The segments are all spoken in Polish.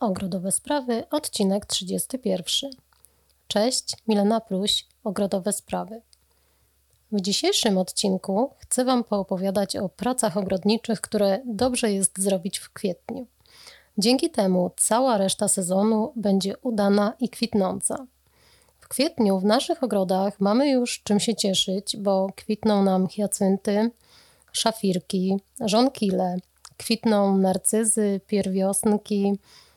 Ogrodowe sprawy, odcinek 31. Cześć, Milena Pruś, Ogrodowe sprawy. W dzisiejszym odcinku chcę Wam poopowiadać o pracach ogrodniczych, które dobrze jest zrobić w kwietniu. Dzięki temu cała reszta sezonu będzie udana i kwitnąca. W kwietniu w naszych ogrodach mamy już czym się cieszyć, bo kwitną nam hiacynty, szafirki, żonkile, kwitną narcyzy, pierwiosnki,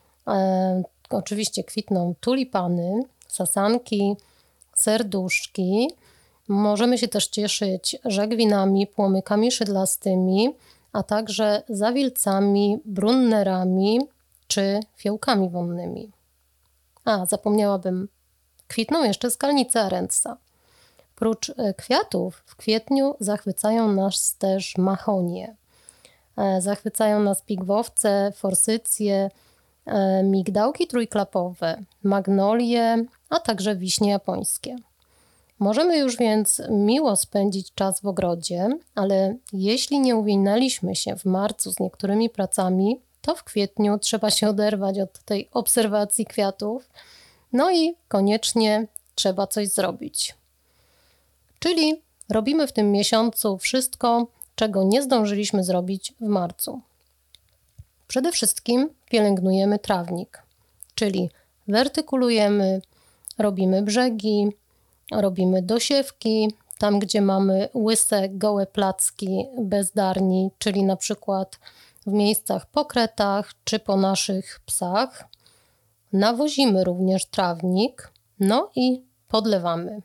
oczywiście kwitną tulipany, sasanki, serduszki. Możemy się też cieszyć żegwinami, płomykami szydlastymi, a także zawilcami, brunnerami czy fiołkami wonnymi. Zapomniałabym, kwitną jeszcze skalnice arendsa. Prócz kwiatów w kwietniu zachwycają nas też mahonie. Zachwycają nas pigwowce, forsycje, migdałki trójklapowe, magnolie, a także wiśnie japońskie. Możemy już więc miło spędzić czas w ogrodzie, ale jeśli nie uwinęliśmy się w marcu z niektórymi pracami, to w kwietniu trzeba się oderwać od tej obserwacji kwiatów, no i koniecznie trzeba coś zrobić. Czyli robimy w tym miesiącu wszystko, czego nie zdążyliśmy zrobić w marcu. Przede wszystkim pielęgnujemy trawnik, czyli wertykulujemy, robimy brzegi, robimy dosiewki, tam gdzie mamy łyse, gołe placki bezdarni, czyli na przykład w miejscach po kretach czy po naszych psach. Nawozimy również trawnik, no i podlewamy.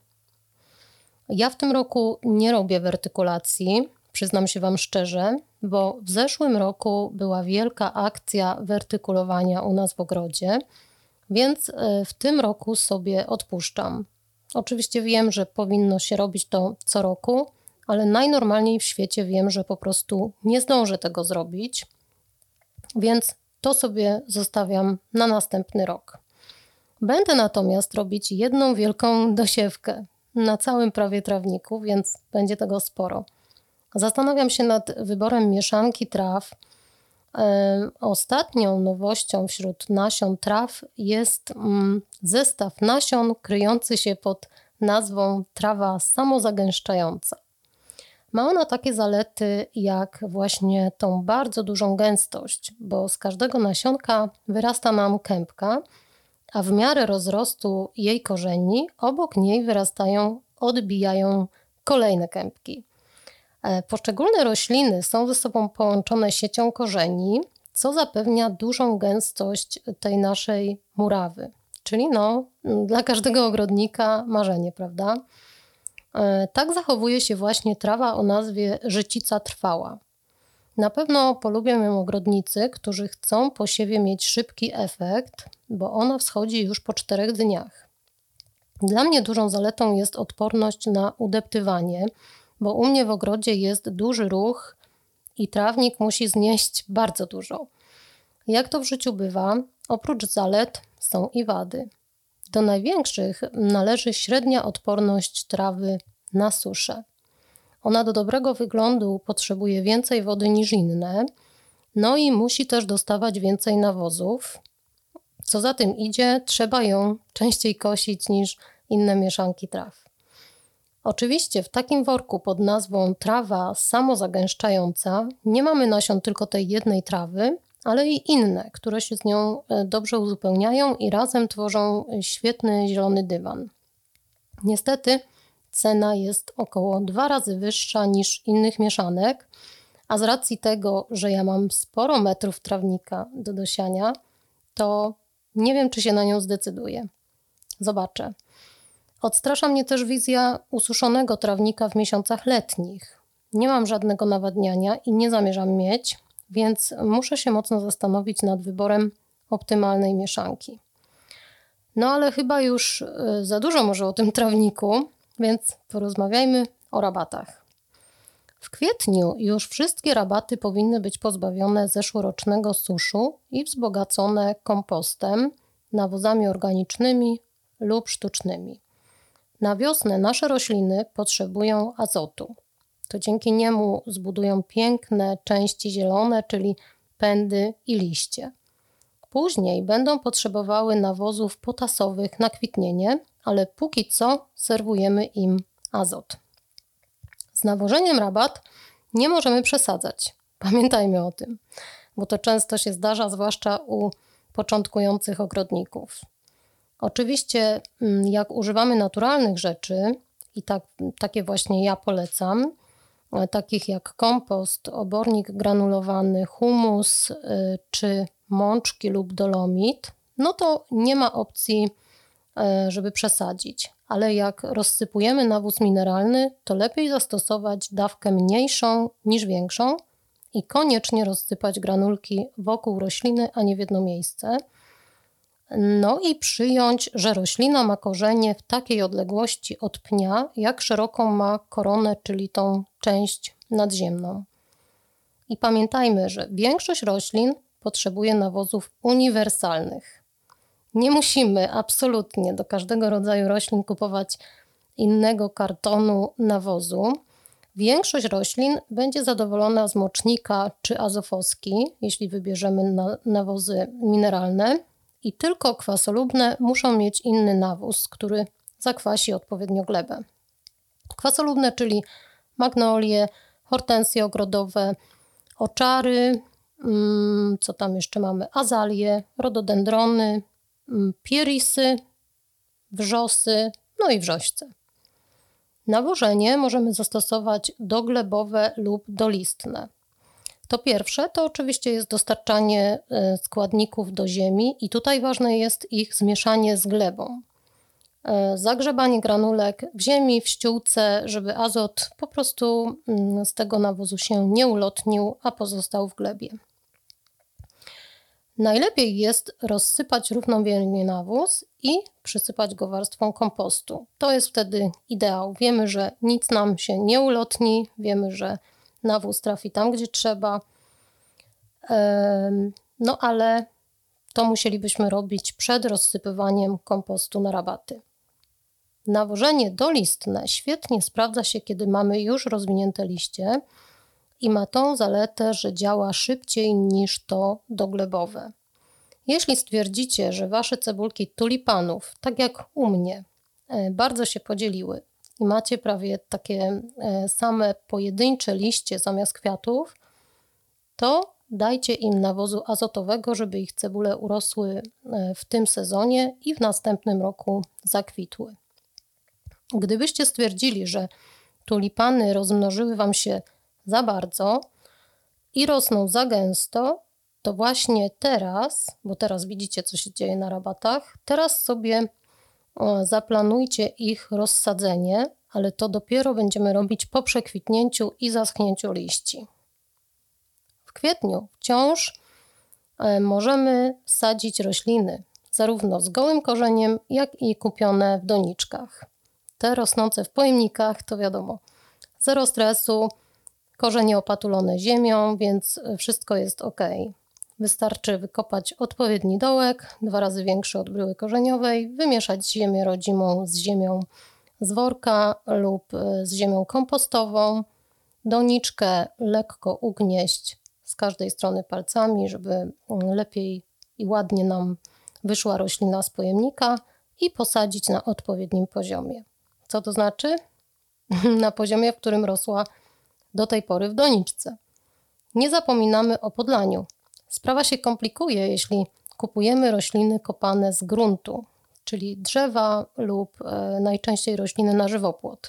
Ja w tym roku nie robię wertykulacji, przyznam się Wam szczerze, bo w zeszłym roku była wielka akcja wertykulowania u nas w ogrodzie, więc w tym roku sobie odpuszczam. Oczywiście wiem, że powinno się robić to co roku, ale najnormalniej w świecie wiem, że po prostu nie zdążę tego zrobić, więc to sobie zostawiam na następny rok. Będę natomiast robić jedną wielką dosiewkę na całym prawie trawniku, więc będzie tego sporo. Zastanawiam się nad wyborem mieszanki traw. Ostatnią nowością wśród nasion traw jest zestaw nasion kryjący się pod nazwą trawa samozagęszczająca. Ma ona takie zalety jak właśnie tą bardzo dużą gęstość, bo z każdego nasionka wyrasta nam kępka, a w miarę rozrostu jej korzeni obok niej odbijają kolejne kępki. Poszczególne rośliny są ze sobą połączone siecią korzeni, co zapewnia dużą gęstość tej naszej murawy. Czyli dla każdego ogrodnika marzenie, prawda? Tak zachowuje się właśnie trawa o nazwie życica trwała. Na pewno polubią ją ogrodnicy, którzy chcą po siewie mieć szybki efekt, bo ona wschodzi już po 4 dniach. Dla mnie dużą zaletą jest odporność na udeptywanie, bo u mnie w ogrodzie jest duży ruch i trawnik musi znieść bardzo dużo. Jak to w życiu bywa, oprócz zalet są i wady. Do największych należy średnia odporność trawy na suszę. Ona do dobrego wyglądu potrzebuje więcej wody niż inne, no i musi też dostawać więcej nawozów. Co za tym idzie, trzeba ją częściej kosić niż inne mieszanki traw. Oczywiście w takim worku pod nazwą trawa samozagęszczająca nie mamy nasion tylko tej jednej trawy, ale i inne, które się z nią dobrze uzupełniają i razem tworzą świetny zielony dywan. Niestety cena jest około 2 razy wyższa niż innych mieszanek, a z racji tego, że ja mam sporo metrów trawnika do dosiania, to nie wiem, czy się na nią zdecyduję. Zobaczę. Odstrasza mnie też wizja ususzonego trawnika w miesiącach letnich. Nie mam żadnego nawadniania i nie zamierzam mieć, więc muszę się mocno zastanowić nad wyborem optymalnej mieszanki. Ale chyba już za dużo może o tym trawniku, więc porozmawiajmy o rabatach. W kwietniu już wszystkie rabaty powinny być pozbawione zeszłorocznego suszu i wzbogacone kompostem, nawozami organicznymi lub sztucznymi. Na wiosnę nasze rośliny potrzebują azotu. To dzięki niemu zbudują piękne części zielone, czyli pędy i liście. Później będą potrzebowały nawozów potasowych na kwitnienie, ale póki co serwujemy im azot. Z nawożeniem rabat nie możemy przesadzać. Pamiętajmy o tym, bo to często się zdarza, zwłaszcza u początkujących ogrodników. Oczywiście jak używamy naturalnych rzeczy i takie właśnie ja polecam, takich jak kompost, obornik granulowany, humus czy mączki lub dolomit, no to nie ma opcji, żeby przesadzić. Ale jak rozsypujemy nawóz mineralny, to lepiej zastosować dawkę mniejszą niż większą i koniecznie rozsypać granulki wokół rośliny, a nie w jedno miejsce. No i przyjąć, że roślina ma korzenie w takiej odległości od pnia, jak szeroką ma koronę, czyli tą część nadziemną. I pamiętajmy, że większość roślin potrzebuje nawozów uniwersalnych. Nie musimy absolutnie do każdego rodzaju roślin kupować innego kartonu nawozu. Większość roślin będzie zadowolona z mocznika czy azofoski, jeśli wybierzemy nawozy mineralne. I tylko kwasolubne muszą mieć inny nawóz, który zakwasi odpowiednio glebę. Kwasolubne, czyli magnolie, hortensje ogrodowe, oczary, co tam jeszcze mamy, azalie, rododendrony, pierisy, wrzosy, no i wrzośce. Nawożenie możemy zastosować doglebowe lub dolistne. To pierwsze to oczywiście jest dostarczanie składników do ziemi i tutaj ważne jest ich zmieszanie z glebą. Zagrzebanie granulek w ziemi, w ściółce, żeby azot po prostu z tego nawozu się nie ulotnił, a pozostał w glebie. Najlepiej jest rozsypać równomiernie nawóz i przysypać go warstwą kompostu. To jest wtedy ideał. Wiemy, że nic nam się nie ulotni, wiemy, że nawóz trafi tam, gdzie trzeba, no ale to musielibyśmy robić przed rozsypywaniem kompostu na rabaty. Nawożenie dolistne świetnie sprawdza się, kiedy mamy już rozwinięte liście i ma tą zaletę, że działa szybciej niż to doglebowe. Jeśli stwierdzicie, że wasze cebulki tulipanów, tak jak u mnie, bardzo się podzieliły i macie prawie takie same pojedyncze liście zamiast kwiatów, to dajcie im nawozu azotowego, żeby ich cebule urosły w tym sezonie i w następnym roku zakwitły. Gdybyście stwierdzili, że tulipany rozmnożyły wam się za bardzo i rosną za gęsto, to właśnie teraz, bo teraz widzicie, co się dzieje na rabatach, teraz sobie zaplanujcie ich rozsadzenie, ale to dopiero będziemy robić po przekwitnięciu i zaschnięciu liści. W kwietniu wciąż możemy sadzić rośliny, zarówno z gołym korzeniem, jak i kupione w doniczkach. Te rosnące w pojemnikach to wiadomo, zero stresu, korzenie opatulone ziemią, więc wszystko jest ok. Wystarczy wykopać odpowiedni dołek, 2 razy większy od bryły korzeniowej, wymieszać ziemię rodzimą z ziemią z worka lub z ziemią kompostową, doniczkę lekko ugnieść z każdej strony palcami, żeby lepiej i ładnie nam wyszła roślina z pojemnika i posadzić na odpowiednim poziomie. Co to znaczy? Na poziomie, w którym rosła do tej pory w doniczce. Nie zapominamy o podlaniu. Sprawa się komplikuje, jeśli kupujemy rośliny kopane z gruntu, czyli drzewa lub najczęściej rośliny na żywopłot.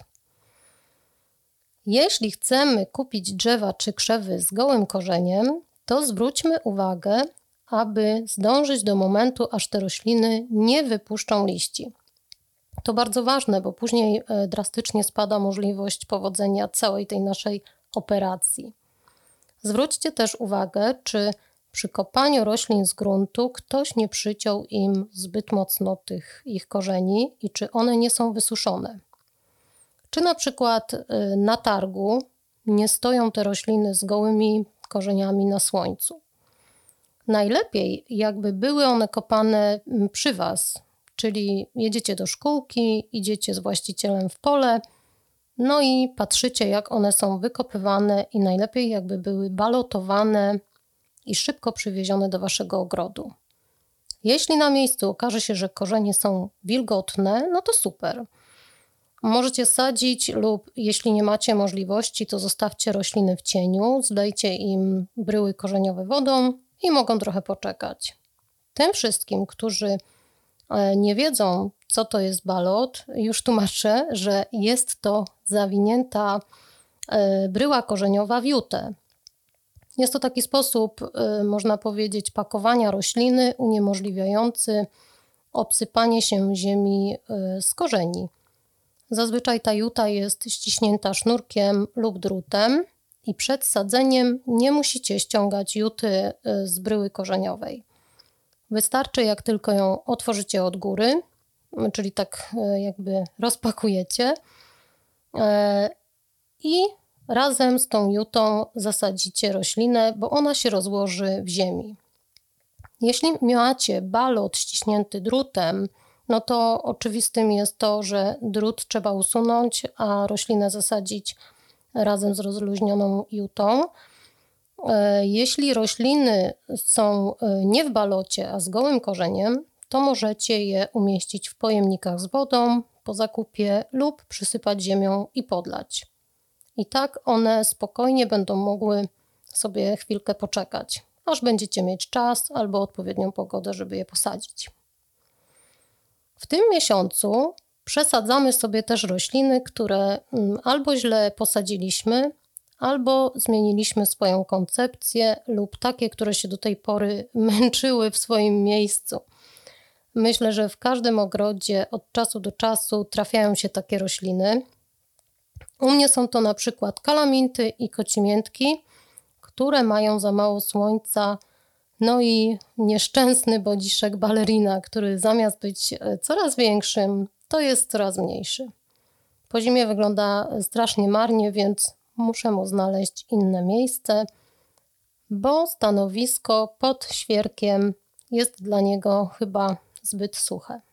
Jeśli chcemy kupić drzewa czy krzewy z gołym korzeniem, to zwróćmy uwagę, aby zdążyć do momentu, aż te rośliny nie wypuszczą liści. To bardzo ważne, bo później drastycznie spada możliwość powodzenia całej tej naszej operacji. Zwróćcie też uwagę, czy przy kopaniu roślin z gruntu ktoś nie przyciął im zbyt mocno tych ich korzeni i czy one nie są wysuszone. Czy na przykład na targu nie stoją te rośliny z gołymi korzeniami na słońcu. Najlepiej jakby były one kopane przy Was, czyli jedziecie do szkółki, idziecie z właścicielem w pole, no i patrzycie, jak one są wykopywane i najlepiej jakby były balotowane i szybko przywiezione do Waszego ogrodu. Jeśli na miejscu okaże się, że korzenie są wilgotne, no to super. Możecie sadzić lub jeśli nie macie możliwości, to zostawcie rośliny w cieniu, zlejcie im bryły korzeniowe wodą i mogą trochę poczekać. Tym wszystkim, którzy nie wiedzą, co to jest balot, już tłumaczę, że jest to zawinięta bryła korzeniowa w jutę. Jest to taki sposób, można powiedzieć, pakowania rośliny uniemożliwiający obsypanie się ziemi z korzeni. Zazwyczaj ta juta jest ściśnięta sznurkiem lub drutem i przed sadzeniem nie musicie ściągać juty z bryły korzeniowej. Wystarczy, jak tylko ją otworzycie od góry, czyli tak jakby rozpakujecie i razem z tą jutą zasadzicie roślinę, bo ona się rozłoży w ziemi. Jeśli macie balot ściśnięty drutem, no to oczywistym jest to, że drut trzeba usunąć, a roślinę zasadzić razem z rozluźnioną jutą. Jeśli rośliny są nie w balocie, a z gołym korzeniem, to możecie je umieścić w pojemnikach z wodą po zakupie lub przysypać ziemią i podlać. I tak one spokojnie będą mogły sobie chwilkę poczekać, aż będziecie mieć czas albo odpowiednią pogodę, żeby je posadzić. W tym miesiącu przesadzamy sobie też rośliny, które albo źle posadziliśmy, albo zmieniliśmy swoją koncepcję lub takie, które się do tej pory męczyły w swoim miejscu. Myślę, że w każdym ogrodzie od czasu do czasu trafiają się takie rośliny. U mnie są to na przykład kalaminty i kocimiętki, które mają za mało słońca, no i nieszczęsny bodziszek balerina, który zamiast być coraz większym, to jest coraz mniejszy. Po zimie wygląda strasznie marnie, więc muszę mu znaleźć inne miejsce, bo stanowisko pod świerkiem jest dla niego chyba zbyt suche.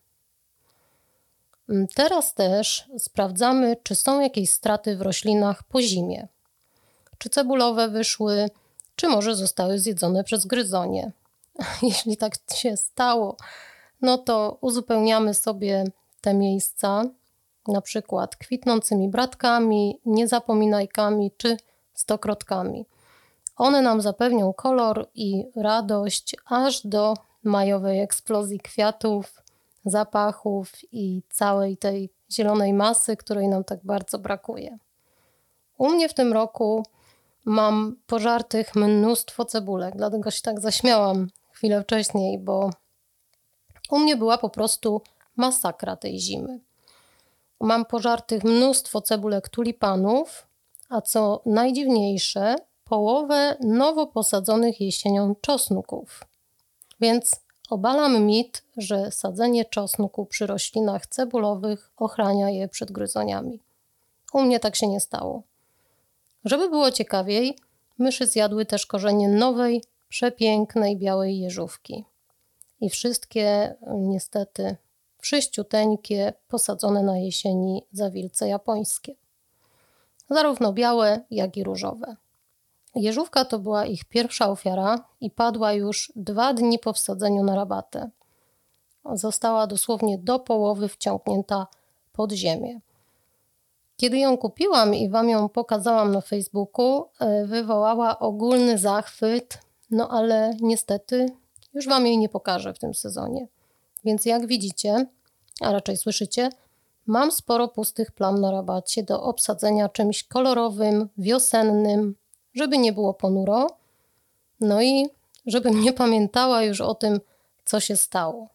Teraz też sprawdzamy, czy są jakieś straty w roślinach po zimie. Czy cebulowe wyszły, czy może zostały zjedzone przez gryzonie. Jeśli tak się stało, no to uzupełniamy sobie te miejsca, na przykład kwitnącymi bratkami, niezapominajkami czy stokrotkami. One nam zapewnią kolor i radość aż do majowej eksplozji kwiatów, zapachów i całej tej zielonej masy, której nam tak bardzo brakuje. U mnie w tym roku mam pożartych mnóstwo cebulek, dlatego się tak zaśmiałam chwilę wcześniej, bo u mnie była po prostu masakra tej zimy. Mam pożartych mnóstwo cebulek tulipanów, a co najdziwniejsze, połowę nowo posadzonych jesienią czosnków. Więc obalam mit, że sadzenie czosnku przy roślinach cebulowych ochrania je przed gryzoniami. U mnie tak się nie stało. Żeby było ciekawiej, myszy zjadły też korzenie nowej, przepięknej białej jeżówki. I wszystkie niestety wszyściuteńkie, posadzone na jesieni zawilce japońskie. Zarówno białe, jak i różowe. Jeżówka to była ich pierwsza ofiara i padła już 2 dni po wsadzeniu na rabatę. Została dosłownie do połowy wciągnięta pod ziemię. Kiedy ją kupiłam i Wam ją pokazałam na Facebooku, wywołała ogólny zachwyt, no ale niestety już Wam jej nie pokażę w tym sezonie. Więc jak widzicie, a raczej słyszycie, mam sporo pustych plam na rabacie do obsadzenia czymś kolorowym, wiosennym, żeby nie było ponuro, no i żebym nie pamiętała już o tym, co się stało.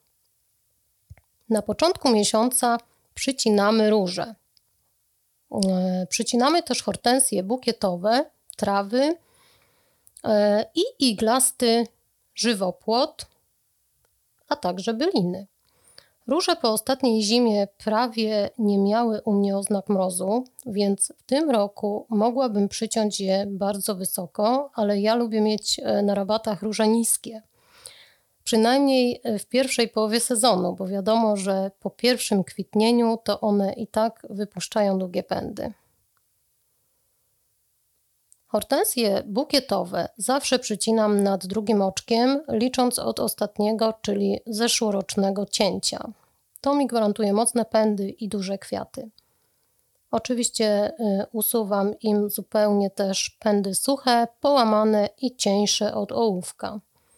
Na początku miesiąca przycinamy róże. Przycinamy też hortensje bukietowe, trawy i iglasty żywopłot, a także byliny. Róże po ostatniej zimie prawie nie miały u mnie oznak mrozu, więc w tym roku mogłabym przyciąć je bardzo wysoko, ale ja lubię mieć na rabatach róże niskie. Przynajmniej w pierwszej połowie sezonu, bo wiadomo, że po pierwszym kwitnieniu to one i tak wypuszczają długie pędy. Hortensje bukietowe zawsze przycinam nad drugim oczkiem, licząc od ostatniego, czyli zeszłorocznego cięcia. To mi gwarantuje mocne pędy i duże kwiaty. Oczywiście usuwam im zupełnie też pędy suche, połamane i cieńsze od ołówka.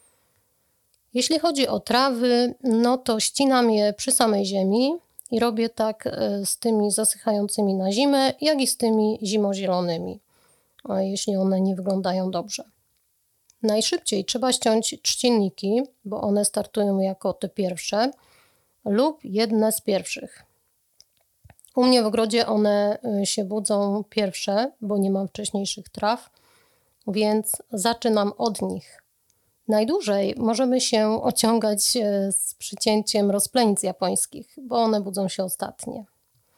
Jeśli chodzi o trawy, no to ścinam je przy samej ziemi i robię tak z tymi zasychającymi na zimę, jak i z tymi zimozielonymi, jeśli one nie wyglądają dobrze. Najszybciej trzeba ściąć trzcinniki, bo one startują jako te pierwsze lub jedne z pierwszych. U mnie w ogrodzie one się budzą pierwsze, bo nie mam wcześniejszych traw, więc zaczynam od nich. Najdłużej możemy się ociągać z przycięciem rozplenic japońskich, bo one budzą się ostatnie.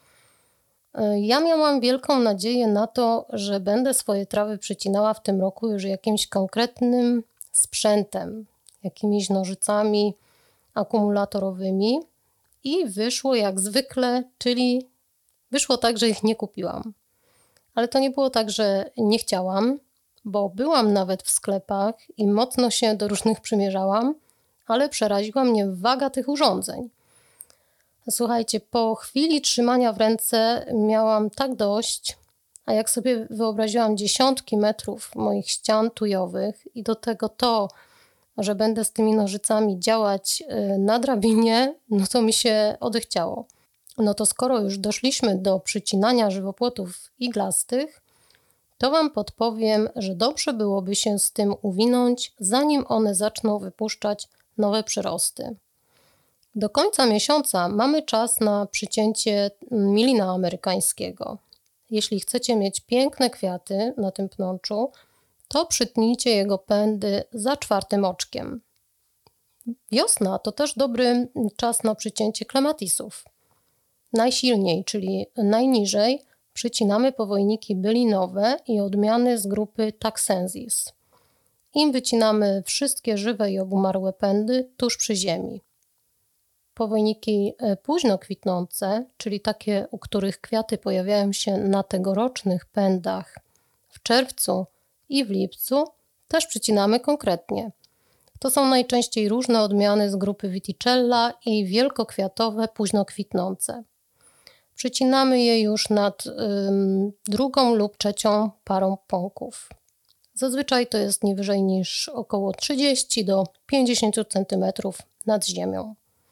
Ja miałam wielką nadzieję na to, że będę swoje trawy przycinała w tym roku już jakimś konkretnym sprzętem, jakimiś nożycami akumulatorowymi i wyszło jak zwykle, czyli wyszło tak, że ich nie kupiłam. Ale to nie było tak, że nie chciałam, bo byłam nawet w sklepach i mocno się do różnych przymierzałam, ale przeraziła mnie waga tych urządzeń. Słuchajcie, po chwili trzymania w ręce miałam tak dość, a jak sobie wyobraziłam dziesiątki metrów moich ścian tujowych i do tego to, że będę z tymi nożycami działać na drabinie, no to mi się odechciało. No to skoro już doszliśmy do przycinania żywopłotów iglastych, to Wam podpowiem, że dobrze byłoby się z tym uwinąć, zanim one zaczną wypuszczać nowe przyrosty. Do końca miesiąca mamy czas na przycięcie milina amerykańskiego. Jeśli chcecie mieć piękne kwiaty na tym pnączu, to przytnijcie jego pędy za czwartym oczkiem. Wiosna to też dobry czas na przycięcie klematisów. Najsilniej, czyli najniżej, przycinamy powojniki bylinowe i odmiany z grupy Taxensis. Im wycinamy wszystkie żywe i obumarłe pędy tuż przy ziemi. Powojniki późno kwitnące, czyli takie, u których kwiaty pojawiają się na tegorocznych pędach w czerwcu i w lipcu, też przycinamy konkretnie. To są najczęściej różne odmiany z grupy Viticella i wielkokwiatowe późno kwitnące. Przycinamy je już nad drugą lub trzecią parą pąków. Zazwyczaj to jest nie wyżej niż około 30 do 50 cm nad ziemią.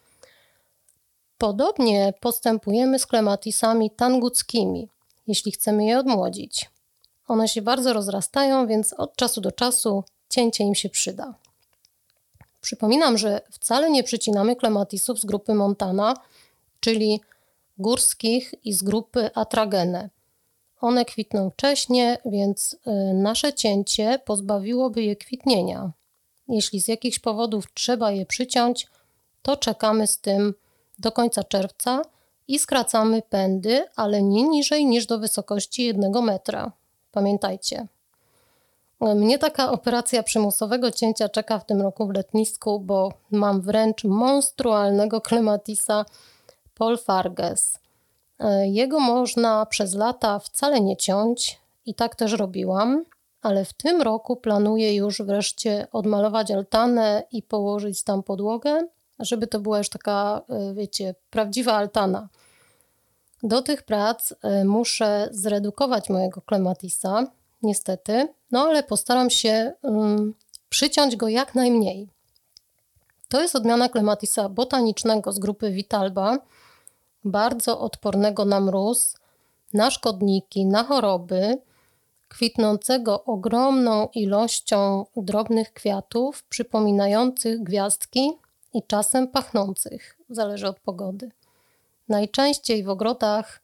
Podobnie postępujemy z klematisami tanguckimi, jeśli chcemy je odmłodzić. One się bardzo rozrastają, więc od czasu do czasu cięcie im się przyda. Przypominam, że wcale nie przycinamy klematisów z grupy Montana, czyli górskich i z grupy Atragene. One kwitną wcześnie, więc nasze cięcie pozbawiłoby je kwitnienia. Jeśli z jakichś powodów trzeba je przyciąć, to czekamy z tym do końca czerwca i skracamy pędy, ale nie niżej niż do wysokości 1 metra. Pamiętajcie. Mnie taka operacja przymusowego cięcia czeka w tym roku w letnisku, bo mam wręcz monstrualnego klematisa Paul Farges. Jego można przez lata wcale nie ciąć i tak też robiłam, ale w tym roku planuję już wreszcie odmalować altanę i położyć tam podłogę, żeby to była już taka, wiecie, prawdziwa altana. Do tych prac muszę zredukować mojego klematisa, niestety, no ale postaram się przyciąć go jak najmniej. To jest odmiana klematisa botanicznego z grupy Vitalba, bardzo odpornego na mróz, na szkodniki, na choroby, kwitnącego ogromną ilością drobnych kwiatów, przypominających gwiazdki i czasem pachnących, zależy od pogody. Najczęściej w ogrodach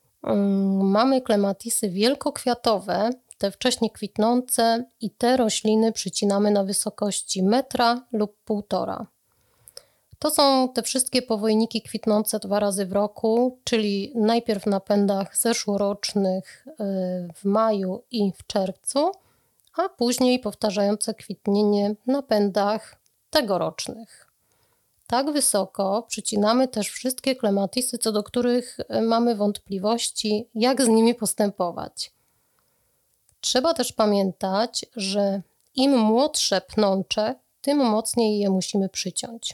mamy klematisy wielkokwiatowe, te wcześnie kwitnące i te rośliny przycinamy na wysokości 1 lub 1,5 m. To są te wszystkie powojniki kwitnące 2 razy w roku, czyli najpierw na pędach zeszłorocznych w maju i w czerwcu, a później powtarzające kwitnienie na pędach tegorocznych. Tak wysoko przycinamy też wszystkie klematisy, co do których mamy wątpliwości, jak z nimi postępować. Trzeba też pamiętać, że im młodsze pnącze, tym mocniej je musimy przyciąć.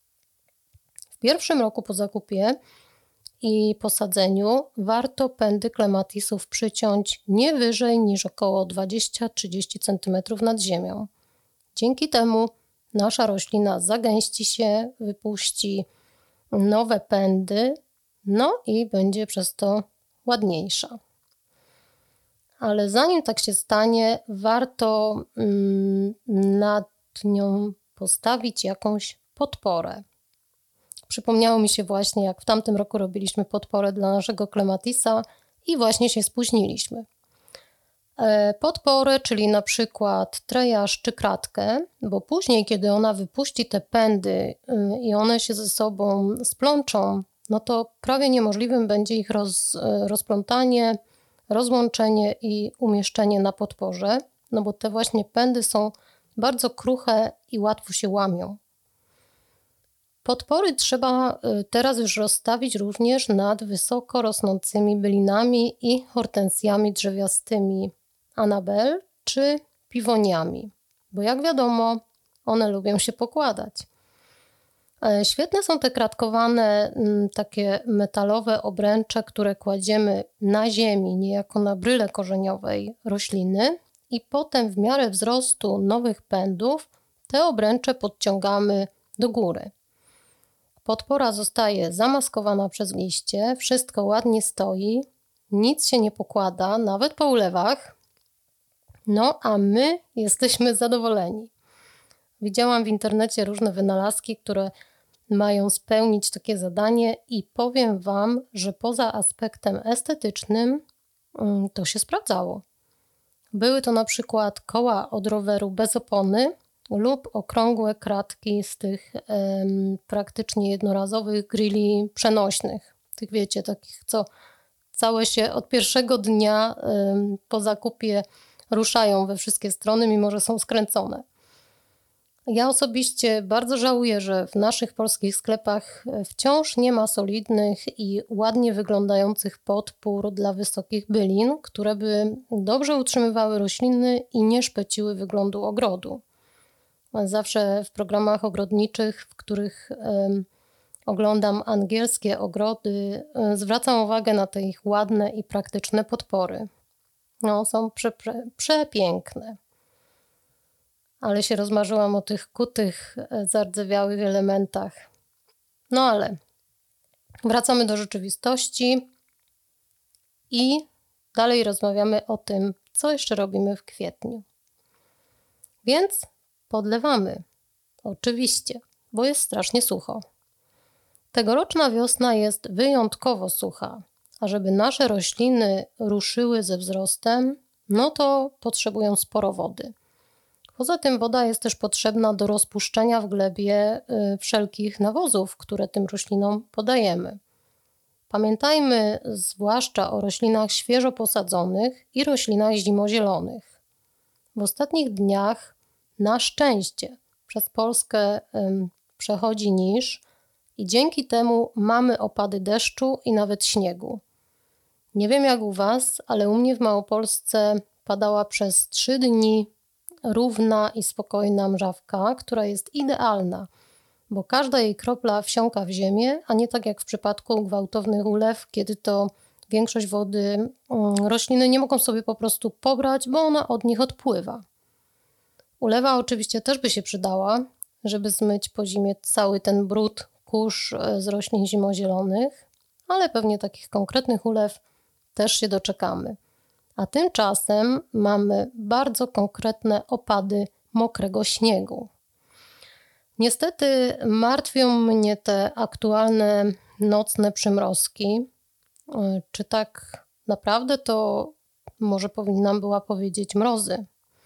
W pierwszym roku po zakupie i posadzeniu warto pędy klematisów przyciąć nie wyżej niż około 20-30 cm nad ziemią. Dzięki temu nasza roślina zagęści się, wypuści nowe pędy, no i będzie przez to ładniejsza. Ale zanim tak się stanie, warto nad nią postawić jakąś podporę. Przypomniało mi się właśnie, jak w tamtym roku robiliśmy podporę dla naszego klematisa i właśnie się spóźniliśmy. Podporę, czyli na przykład trejaż czy kratkę, bo później, kiedy ona wypuści te pędy i one się ze sobą splączą, no to prawie niemożliwym będzie ich rozplątanie, rozłączenie i umieszczenie na podporze, no bo te właśnie pędy są bardzo kruche i łatwo się łamią. Podpory trzeba teraz już rozstawić również nad wysoko rosnącymi bylinami i hortensjami drzewiastymi Anabel czy piwoniami, bo jak wiadomo, one lubią się pokładać. Świetne są te kratkowane takie metalowe obręcze, które kładziemy na ziemi, niejako na bryle korzeniowej rośliny i potem w miarę wzrostu nowych pędów te obręcze podciągamy do góry. Podpora zostaje zamaskowana przez liście, wszystko ładnie stoi, nic się nie pokłada, nawet po ulewach, no a my jesteśmy zadowoleni. Widziałam w internecie różne wynalazki, które mają spełnić takie zadanie i powiem Wam, że poza aspektem estetycznym to się sprawdzało. Były to na przykład koła od roweru bez opony lub okrągłe kratki z tych praktycznie jednorazowych grilli przenośnych. Tych wiecie, takich co całe się od pierwszego dnia po zakupie ruszają we wszystkie strony, mimo że są skręcone. Ja osobiście bardzo żałuję, że w naszych polskich sklepach wciąż nie ma solidnych i ładnie wyglądających podpór dla wysokich bylin, które by dobrze utrzymywały rośliny i nie szpeciły wyglądu ogrodu. Zawsze w programach ogrodniczych, w których oglądam angielskie ogrody, zwracam uwagę na te ich ładne i praktyczne podpory. No, są przepiękne. Ale się rozmarzyłam o tych kutych, zardzewiałych elementach. No ale wracamy do rzeczywistości i dalej rozmawiamy o tym, co jeszcze robimy w kwietniu. Więc podlewamy. Oczywiście, bo jest strasznie sucho. Tegoroczna wiosna jest wyjątkowo sucha, a żeby nasze rośliny ruszyły ze wzrostem, no to potrzebują sporo wody. Poza tym woda jest też potrzebna do rozpuszczenia w glebie wszelkich nawozów, które tym roślinom podajemy. Pamiętajmy zwłaszcza o roślinach świeżo posadzonych i roślinach zimozielonych. W ostatnich dniach na szczęście przez Polskę przechodzi niż i dzięki temu mamy opady deszczu i nawet śniegu. Nie wiem jak u Was, ale u mnie w Małopolsce padała przez 3 dni równa i spokojna mrzawka, która jest idealna, bo każda jej kropla wsiąka w ziemię, a nie tak jak w przypadku gwałtownych ulew, kiedy to większość wody rośliny nie mogą sobie po prostu pobrać, bo ona od nich odpływa. Ulewa oczywiście też by się przydała, żeby zmyć po zimie cały ten brud, kurz z roślin zimozielonych, ale pewnie takich konkretnych ulew też się doczekamy. A tymczasem mamy bardzo konkretne opady mokrego śniegu. Niestety martwią mnie te aktualne nocne przymrozki. Czy tak naprawdę to może powinnam była powiedzieć mrozy?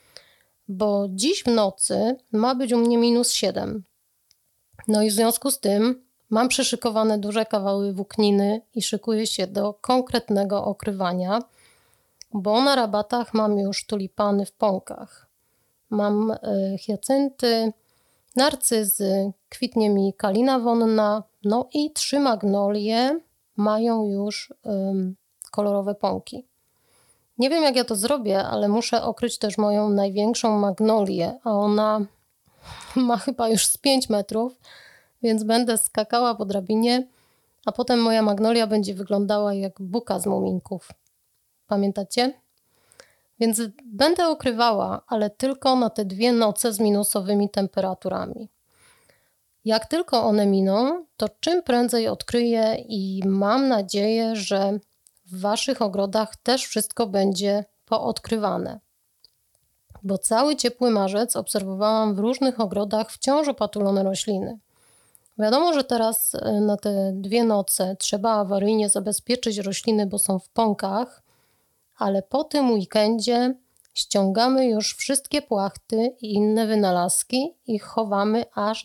Bo dziś w nocy ma być u mnie -7. No i w związku z tym mam przyszykowane duże kawały włókniny i szykuję się do konkretnego okrywania, bo na rabatach mam już tulipany w pąkach. Mam hiacynty, narcyzy, kwitnie mi kalina wonna, no i 3 magnolie mają już kolorowe pąki. Nie wiem, jak ja to zrobię, ale muszę okryć też moją największą magnolię, a ona ma chyba już z 5 metrów, więc będę skakała po drabinie, a potem moja magnolia będzie wyglądała jak buka z muminków. Pamiętacie? Więc będę okrywała, ale tylko na te 2 noce z minusowymi temperaturami. Jak tylko one miną, to czym prędzej odkryję i mam nadzieję, że w waszych ogrodach też wszystko będzie poodkrywane. Bo cały ciepły marzec obserwowałam w różnych ogrodach wciąż opatulone rośliny. Wiadomo, że teraz na te 2 noce trzeba awaryjnie zabezpieczyć rośliny, bo są w pąkach, ale po tym weekendzie ściągamy już wszystkie płachty i inne wynalazki i chowamy aż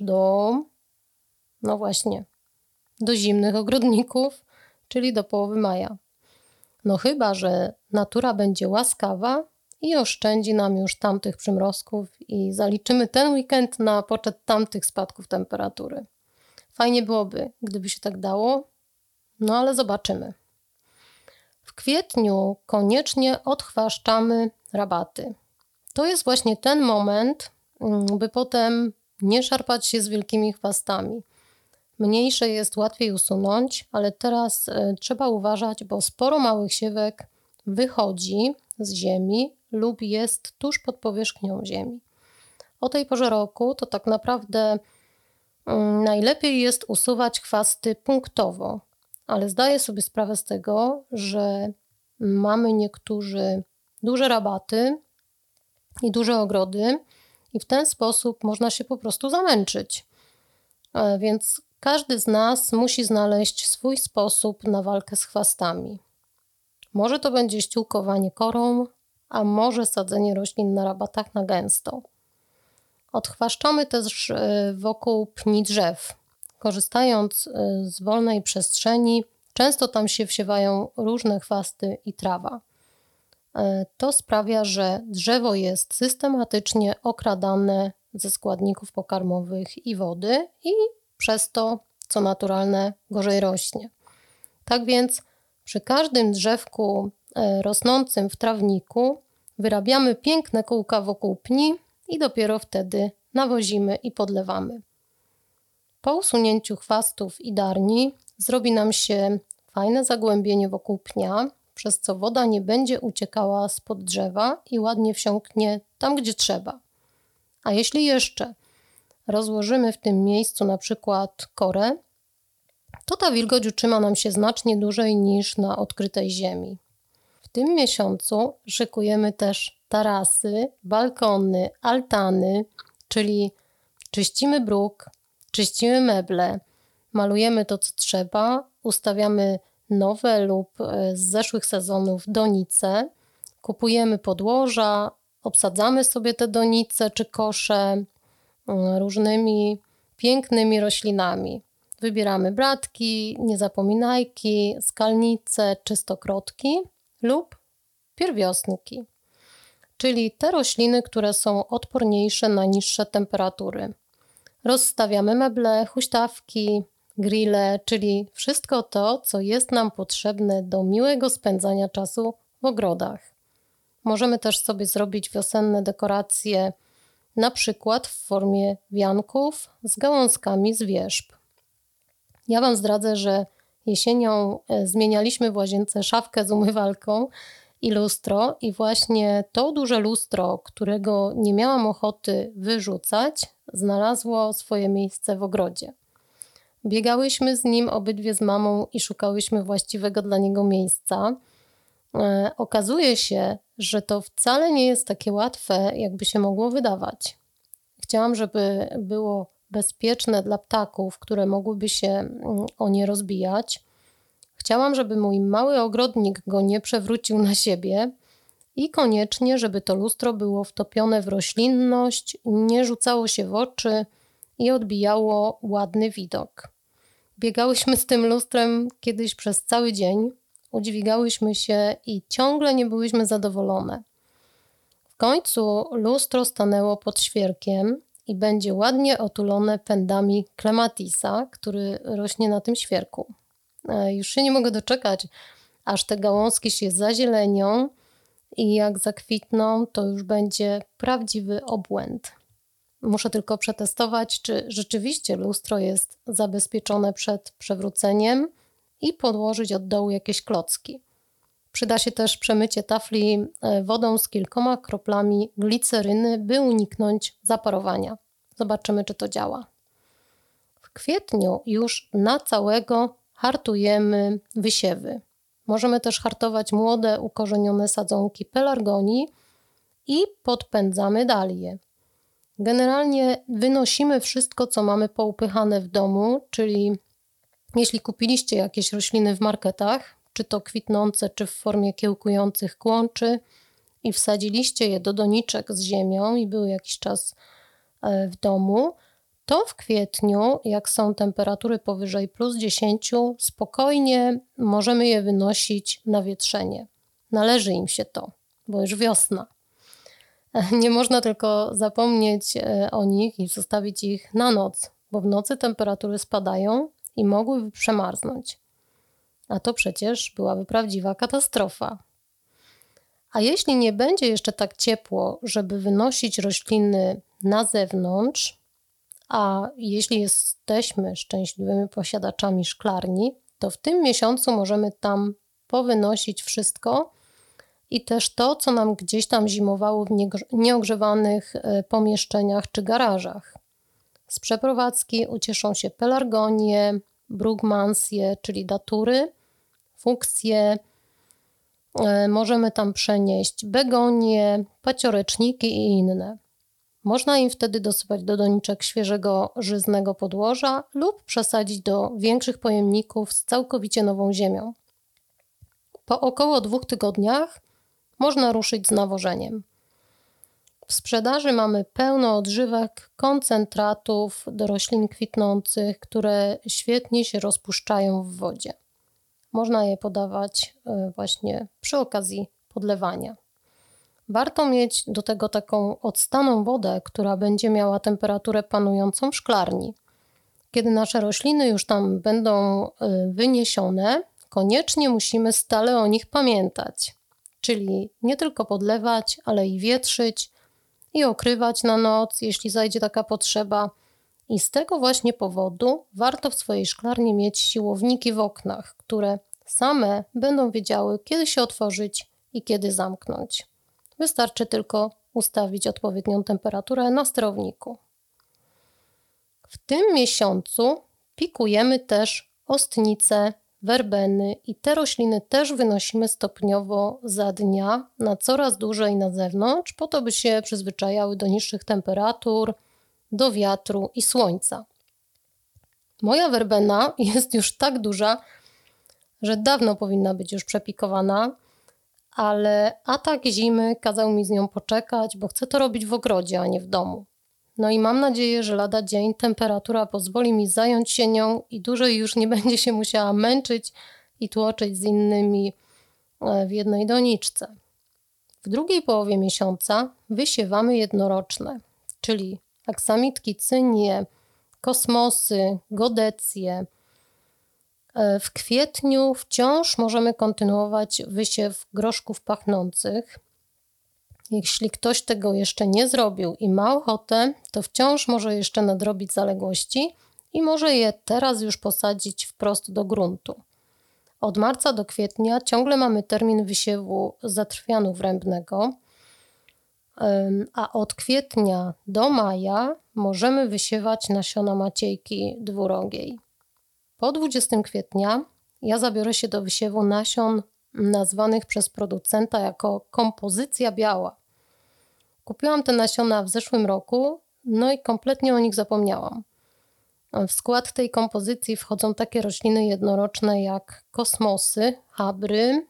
do zimnych ogrodników, czyli do połowy maja. No chyba że natura będzie łaskawa i oszczędzi nam już tamtych przymrozków i zaliczymy ten weekend na poczet tamtych spadków temperatury. Fajnie byłoby, gdyby się tak dało, no ale zobaczymy. W kwietniu koniecznie odchwaszczamy rabaty. To jest właśnie ten moment, by potem nie szarpać się z wielkimi chwastami. Mniejsze jest łatwiej usunąć, ale teraz trzeba uważać, bo sporo małych siewek wychodzi z ziemi lub jest tuż pod powierzchnią ziemi. O tej porze roku to tak naprawdę najlepiej jest usuwać chwasty punktowo, ale zdaję sobie sprawę z tego, że mamy niektórzy duże rabaty i duże ogrody i w ten sposób można się po prostu zamęczyć. Więc każdy z nas musi znaleźć swój sposób na walkę z chwastami. Może to będzie ściółkowanie korą, a może sadzenie roślin na rabatach na gęsto. Odchwaszczamy też wokół pni drzew. Korzystając z wolnej przestrzeni, często tam się wsiewają różne chwasty i trawa. To sprawia, że drzewo jest systematycznie okradane ze składników pokarmowych i wody i przez to, co naturalne, gorzej rośnie. Tak więc przy każdym drzewku rosnącym w trawniku wyrabiamy piękne kółka wokół pni i dopiero wtedy nawozimy i podlewamy. Po usunięciu chwastów i darni zrobi nam się fajne zagłębienie wokół pnia, przez co woda nie będzie uciekała spod drzewa i ładnie wsiąknie tam, gdzie trzeba. A jeśli jeszcze rozłożymy w tym miejscu na przykład korę, to ta wilgoć utrzyma nam się znacznie dłużej niż na odkrytej ziemi. W tym miesiącu szykujemy też tarasy, balkony, altany, czyli czyścimy bruk, czyścimy meble, malujemy to, co trzeba, ustawiamy nowe lub z zeszłych sezonów donice, kupujemy podłoża, obsadzamy sobie te donice czy kosze różnymi pięknymi roślinami. Wybieramy bratki, niezapominajki, skalnice czy stokrotki lub pierwiosnki, czyli te rośliny, które są odporniejsze na niższe temperatury. Rozstawiamy meble, huśtawki, grille, czyli wszystko to, co jest nam potrzebne do miłego spędzania czasu w ogrodach. Możemy też sobie zrobić wiosenne dekoracje, na przykład w formie wianków z gałązkami z wierzb. Ja Wam zdradzę, że jesienią zmienialiśmy w łazience szafkę z umywalką i lustro i właśnie to duże lustro, którego nie miałam ochoty wyrzucać, znalazło swoje miejsce w ogrodzie. Biegałyśmy z nim obydwie z mamą i szukałyśmy właściwego dla niego miejsca. Okazuje się, że to wcale nie jest takie łatwe, jakby się mogło wydawać. Chciałam, żeby było bezpieczne dla ptaków, które mogłyby się o nie rozbijać. Chciałam, żeby mój mały ogrodnik go nie przewrócił na siebie i koniecznie, żeby to lustro było wtopione w roślinność, nie rzucało się w oczy i odbijało ładny widok. Biegałyśmy z tym lustrem kiedyś przez cały dzień, udźwigałyśmy się i ciągle nie byłyśmy zadowolone. W końcu lustro stanęło pod świerkiem i będzie ładnie otulone pędami klematisa, który rośnie na tym świerku. Już się nie mogę doczekać, aż te gałązki się zazielenią i jak zakwitną, to już będzie prawdziwy obłęd. Muszę tylko przetestować, czy rzeczywiście lustro jest zabezpieczone przed przewróceniem i podłożyć od dołu jakieś klocki. Przyda się też przemycie tafli wodą z kilkoma kroplami gliceryny, by uniknąć zaparowania. Zobaczymy, czy to działa. W kwietniu już na całego hartujemy wysiewy. Możemy też hartować młode, ukorzenione sadzonki pelargonii i podpędzamy dalie. Generalnie wynosimy wszystko, co mamy poupychane w domu, czyli jeśli kupiliście jakieś rośliny w marketach, czy to kwitnące, czy w formie kiełkujących kłączy i wsadziliście je do doniczek z ziemią i były jakiś czas w domu, to w kwietniu, jak są temperatury powyżej +10, spokojnie możemy je wynosić na wietrzenie. Należy im się to, bo już wiosna. Nie można tylko zapomnieć o nich i zostawić ich na noc, bo w nocy temperatury spadają i mogłyby przemarznąć. A to przecież byłaby prawdziwa katastrofa. A jeśli nie będzie jeszcze tak ciepło, żeby wynosić rośliny na zewnątrz, a jeśli jesteśmy szczęśliwymi posiadaczami szklarni, to w tym miesiącu możemy tam powynosić wszystko i też to, co nam gdzieś tam zimowało w nieogrzewanych pomieszczeniach czy garażach. Z przeprowadzki ucieszą się pelargonie, brugmansje, czyli datury, fuksje. Możemy tam przenieść begonie, pacioreczniki i inne. Można im wtedy dosypać do doniczek świeżego, żyznego podłoża lub przesadzić do większych pojemników z całkowicie nową ziemią. Po około 2 tygodniach można ruszyć z nawożeniem. W sprzedaży mamy pełno odżywek, koncentratów do roślin kwitnących, które świetnie się rozpuszczają w wodzie. Można je podawać właśnie przy okazji podlewania. Warto mieć do tego taką odstaną wodę, która będzie miała temperaturę panującą w szklarni. Kiedy nasze rośliny już tam będą wyniesione, koniecznie musimy stale o nich pamiętać. Czyli nie tylko podlewać, ale i wietrzyć i okrywać na noc, jeśli zajdzie taka potrzeba. I z tego właśnie powodu warto w swojej szklarni mieć siłowniki w oknach, które same będą wiedziały, kiedy się otworzyć i kiedy zamknąć. Wystarczy tylko ustawić odpowiednią temperaturę na sterowniku. W tym miesiącu pikujemy też ostnice, werbeny i te rośliny też wynosimy stopniowo za dnia na coraz dłużej na zewnątrz, po to by się przyzwyczajały do niższych temperatur, do wiatru i słońca. Moja werbena jest już tak duża, że dawno powinna być już przepikowana, ale atak zimy kazał mi z nią poczekać, bo chcę to robić w ogrodzie, a nie w domu. No i mam nadzieję, że lada dzień temperatura pozwoli mi zająć się nią i dłużej już nie będzie się musiała męczyć i tłoczyć z innymi w jednej doniczce. W drugiej połowie miesiąca wysiewamy jednoroczne, czyli aksamitki, cynie, kosmosy, godecje. W kwietniu wciąż możemy kontynuować wysiew groszków pachnących. Jeśli ktoś tego jeszcze nie zrobił i ma ochotę, to wciąż może jeszcze nadrobić zaległości i może je teraz już posadzić wprost do gruntu. Od marca do kwietnia ciągle mamy termin wysiewu zatrwianu wrębnego, a od kwietnia do maja możemy wysiewać nasiona maciejki dwurogiej. Po 20 kwietnia ja zabiorę się do wysiewu nasion nazwanych przez producenta jako kompozycja biała. Kupiłam te nasiona w zeszłym roku, no i kompletnie o nich zapomniałam. W skład tej kompozycji wchodzą takie rośliny jednoroczne jak kosmosy, habry,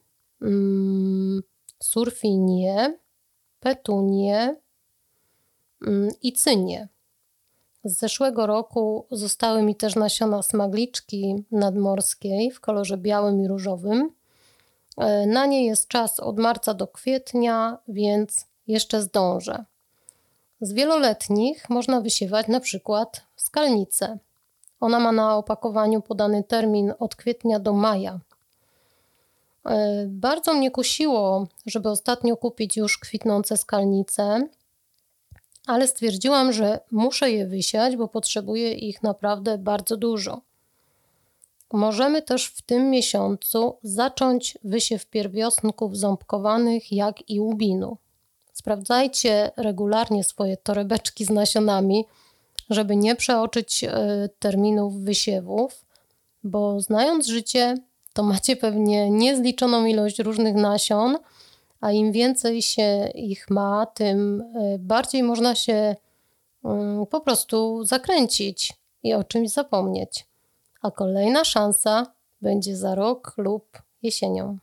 surfinie, petunie i cynie. Z zeszłego roku zostały mi też nasiona smagliczki nadmorskiej w kolorze białym i różowym. Na nie jest czas od marca do kwietnia, więc jeszcze zdążę. Z wieloletnich można wysiewać na przykład skalnicę. Ona ma na opakowaniu podany termin od kwietnia do maja. Bardzo mnie kusiło, żeby ostatnio kupić już kwitnące skalnice, ale stwierdziłam, że muszę je wysiać, bo potrzebuję ich naprawdę bardzo dużo. Możemy też w tym miesiącu zacząć wysiew pierwiosnków ząbkowanych, jak i łubinu. Sprawdzajcie regularnie swoje torebeczki z nasionami, żeby nie przeoczyć terminów wysiewów, bo znając życie, to macie pewnie niezliczoną ilość różnych nasion, a im więcej się ich ma, tym bardziej można się po prostu zakręcić i o czymś zapomnieć. A kolejna szansa będzie za rok lub jesienią.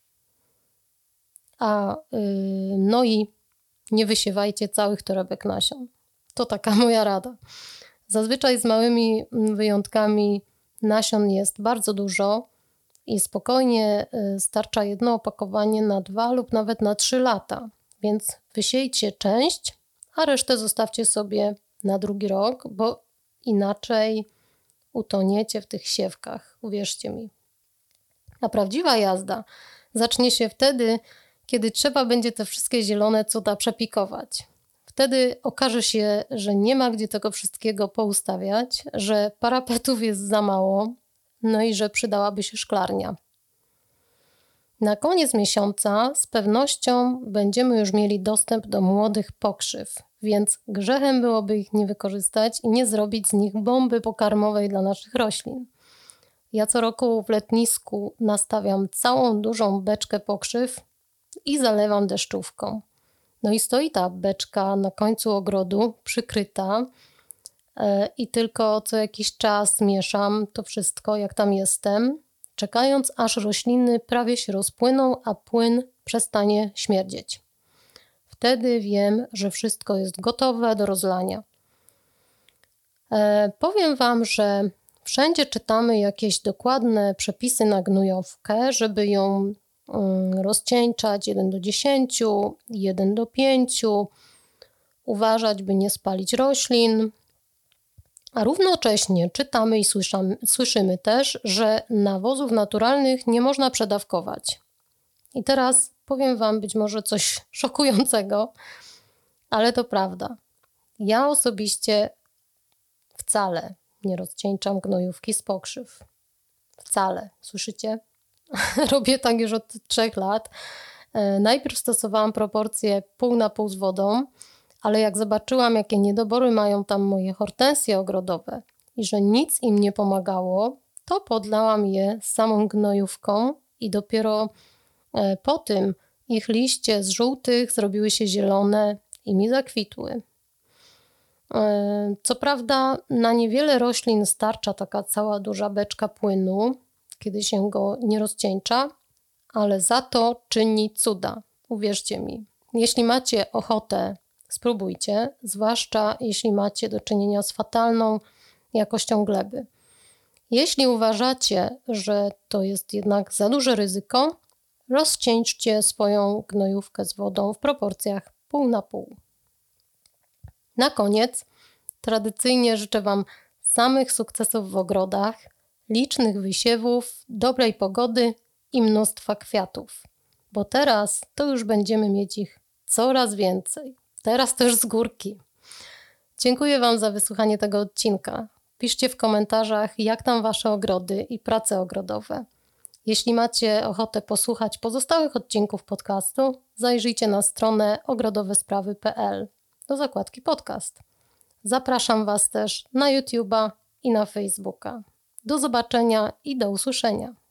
No i nie wysiewajcie całych torebek nasion. To taka moja rada. Zazwyczaj z małymi wyjątkami nasion jest bardzo dużo i spokojnie starcza jedno opakowanie na 2 lub nawet na 3 lata. Więc wysiejcie część, a resztę zostawcie sobie na drugi rok, bo inaczej utoniecie w tych siewkach, uwierzcie mi. A prawdziwa jazda zacznie się wtedy, kiedy trzeba będzie te wszystkie zielone cuda przepikować. Wtedy okaże się, że nie ma gdzie tego wszystkiego poustawiać, że parapetów jest za mało, no i że przydałaby się szklarnia. Na koniec miesiąca z pewnością będziemy już mieli dostęp do młodych pokrzyw, więc grzechem byłoby ich nie wykorzystać i nie zrobić z nich bomby pokarmowej dla naszych roślin. Ja co roku w letnisku nastawiam całą dużą beczkę pokrzyw i zalewam deszczówką. No i stoi ta beczka na końcu ogrodu, przykryta i tylko co jakiś czas mieszam to wszystko, jak tam jestem, czekając aż rośliny prawie się rozpłyną, a płyn przestanie śmierdzieć. Wtedy wiem, że wszystko jest gotowe do rozlania. Powiem Wam, że wszędzie czytamy jakieś dokładne przepisy na gnojówkę, żeby ją rozcieńczać 1:10, 1:5, uważać, by nie spalić roślin. A równocześnie czytamy i słyszymy też, że nawozów naturalnych nie można przedawkować. I teraz powiem Wam być może coś szokującego, ale to prawda. Ja osobiście wcale nie rozcieńczam gnojówki z pokrzyw. Wcale, słyszycie? Robię tak już od 3 lat. Najpierw stosowałam proporcje pół na pół z wodą, ale jak zobaczyłam, jakie niedobory mają tam moje hortensje ogrodowe i że nic im nie pomagało, to podlałam je samą gnojówką i dopiero po tym ich liście z żółtych zrobiły się zielone i mi zakwitły. Co prawda na niewiele roślin starcza taka cała duża beczka płynu, kiedy się go nie rozcieńcza, ale za to czyni cuda, uwierzcie mi. Jeśli macie ochotę, spróbujcie, zwłaszcza jeśli macie do czynienia z fatalną jakością gleby. Jeśli uważacie, że to jest jednak za duże ryzyko, rozcieńczcie swoją gnojówkę z wodą w proporcjach pół na pół. Na koniec tradycyjnie życzę Wam samych sukcesów w ogrodach, licznych wysiewów, dobrej pogody i mnóstwa kwiatów, bo teraz to już będziemy mieć ich coraz więcej. Teraz też z górki. Dziękuję Wam za wysłuchanie tego odcinka. Piszcie w komentarzach, jak tam Wasze ogrody i prace ogrodowe. Jeśli macie ochotę posłuchać pozostałych odcinków podcastu, zajrzyjcie na stronę ogrodowesprawy.pl do zakładki podcast. Zapraszam Was też na YouTube'a i na Facebooka. Do zobaczenia i do usłyszenia.